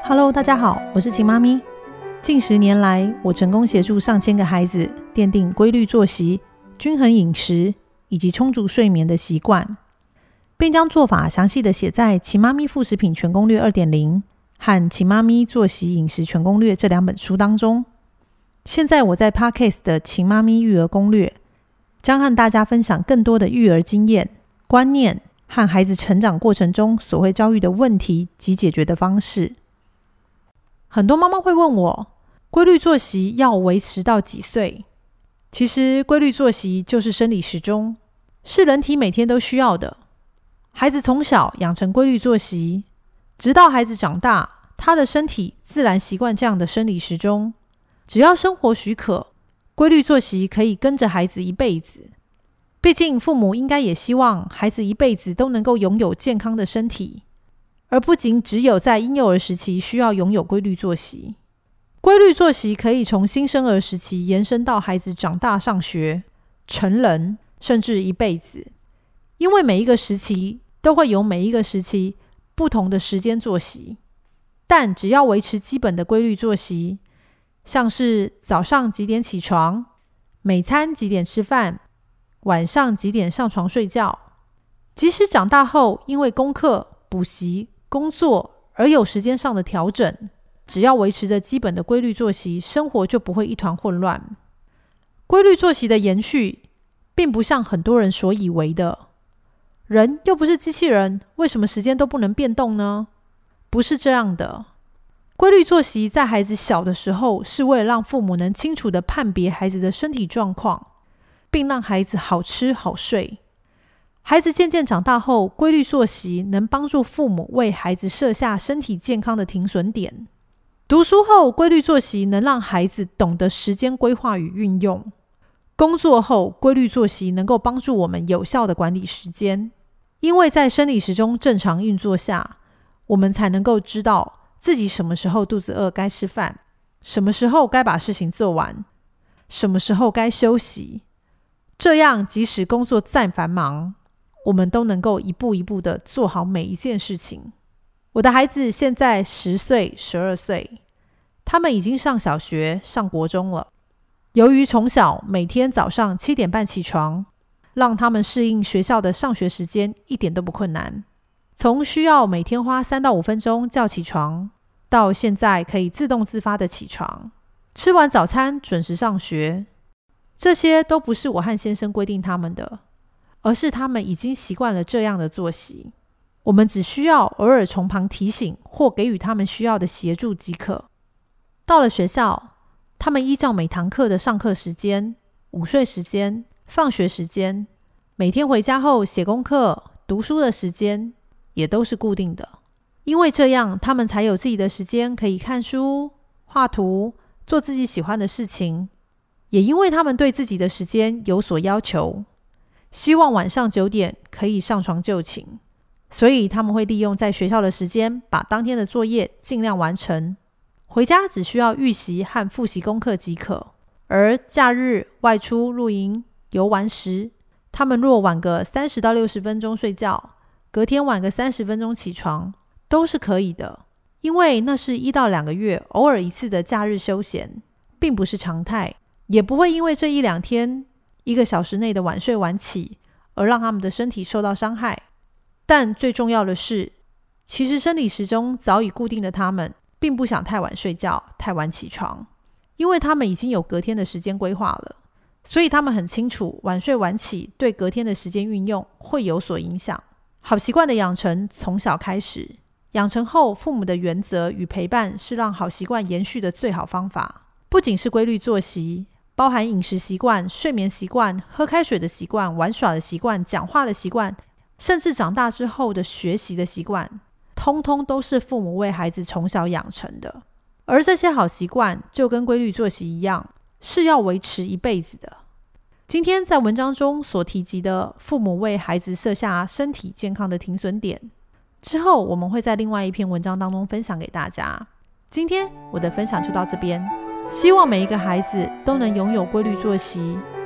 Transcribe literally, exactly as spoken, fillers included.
Hello， 大家好，我是秦妈咪。近十年来，我成功协助上千个孩子奠定规律作息、均衡饮食以及充足睡眠的习惯，并将做法详细的写在《秦妈咪副食品全攻略 二点零》和《秦妈咪作息饮食全攻略》这两本书当中。现在我在 Podcast 的《秦妈咪育儿攻略》将和大家分享更多的育儿经验、观念和孩子成长过程中所会遭遇的问题及解决的方式。很多妈妈会问我，规律作息要维持到几岁？其实规律作息就是生理时钟，是人体每天都需要的。孩子从小养成规律作息，直到孩子长大，他的身体自然习惯这样的生理时钟。只要生活许可，规律作息可以跟着孩子一辈子。毕竟父母应该也希望孩子一辈子都能够拥有健康的身体，而不仅只有在婴幼儿时期需要拥有规律作息。规律作息可以从新生儿时期延伸到孩子长大上学、成人，甚至一辈子。因为每一个时期都会有每一个时期不同的时间作息，但只要维持基本的规律作息，像是早上几点起床，每餐几点吃饭，晚上几点上床睡觉，即使长大后因为功课、补习、工作而有时间上的调整，只要维持着基本的规律作息，生活就不会一团混乱。规律作息的延续并不像很多人所以为的，人又不是机器人，为什么时间都不能变动呢？不是这样的。规律作息在孩子小的时候，是为了让父母能清楚地判别孩子的身体状况，并让孩子好吃好睡。孩子渐渐长大后，规律作息能帮助父母为孩子设下身体健康的停损点。读书后，规律作息能让孩子懂得时间规划与运用。工作后，规律作息能够帮助我们有效地管理时间。因为在生理时钟正常运作下，我们才能够知道自己什么时候肚子饿该吃饭，什么时候该把事情做完，什么时候该休息。这样即使工作再繁忙，我们都能够一步一步的做好每一件事情。我的孩子现在十岁、十二岁，他们已经上小学、上国中了。由于从小每天早上七点半起床，让他们适应学校的上学时间一点都不困难。从需要每天花三到五分钟叫起床，到现在可以自动自发的起床，吃完早餐准时上学，这些都不是我和先生规定他们的，而是他们已经习惯了这样的作息。我们只需要偶尔从旁提醒或给予他们需要的协助即可。到了学校，他们依照每堂课的上课时间、午睡时间、放学时间，每天回家后写功课、读书的时间也都是固定的。因为这样，他们才有自己的时间可以看书、画图、做自己喜欢的事情。也因为他们对自己的时间有所要求，希望晚上九点可以上床就寝，所以他们会利用在学校的时间，把当天的作业尽量完成。回家只需要预习和复习功课即可。而假日外出露营、游玩时，他们若晚个三十到六十分钟睡觉，隔天晚个三十分钟起床，都是可以的。因为那是一到两个月偶尔一次的假日休闲，并不是常态，也不会因为这一两天一个小时内的晚睡晚起而让他们的身体受到伤害。但最重要的是，其实生理时钟早已固定的他们，并不想太晚睡觉、太晚起床，因为他们已经有隔天的时间规划了，所以他们很清楚晚睡晚起对隔天的时间运用会有所影响。好习惯的养成从小开始，养成后父母的原则与陪伴是让好习惯延续的最好方法。不仅是规律作息，包含饮食习惯、睡眠习惯、喝开水的习惯、玩耍的习惯、讲话的习惯，甚至长大之后的学习的习惯，通通都是父母为孩子从小养成的。而这些好习惯就跟规律作息一样，是要维持一辈子的。今天在文章中所提及的父母为孩子设下身体健康的停损点，之后我们会在另外一篇文章当中分享给大家。今天我的分享就到这边，希望每一个孩子都能拥有规律作息，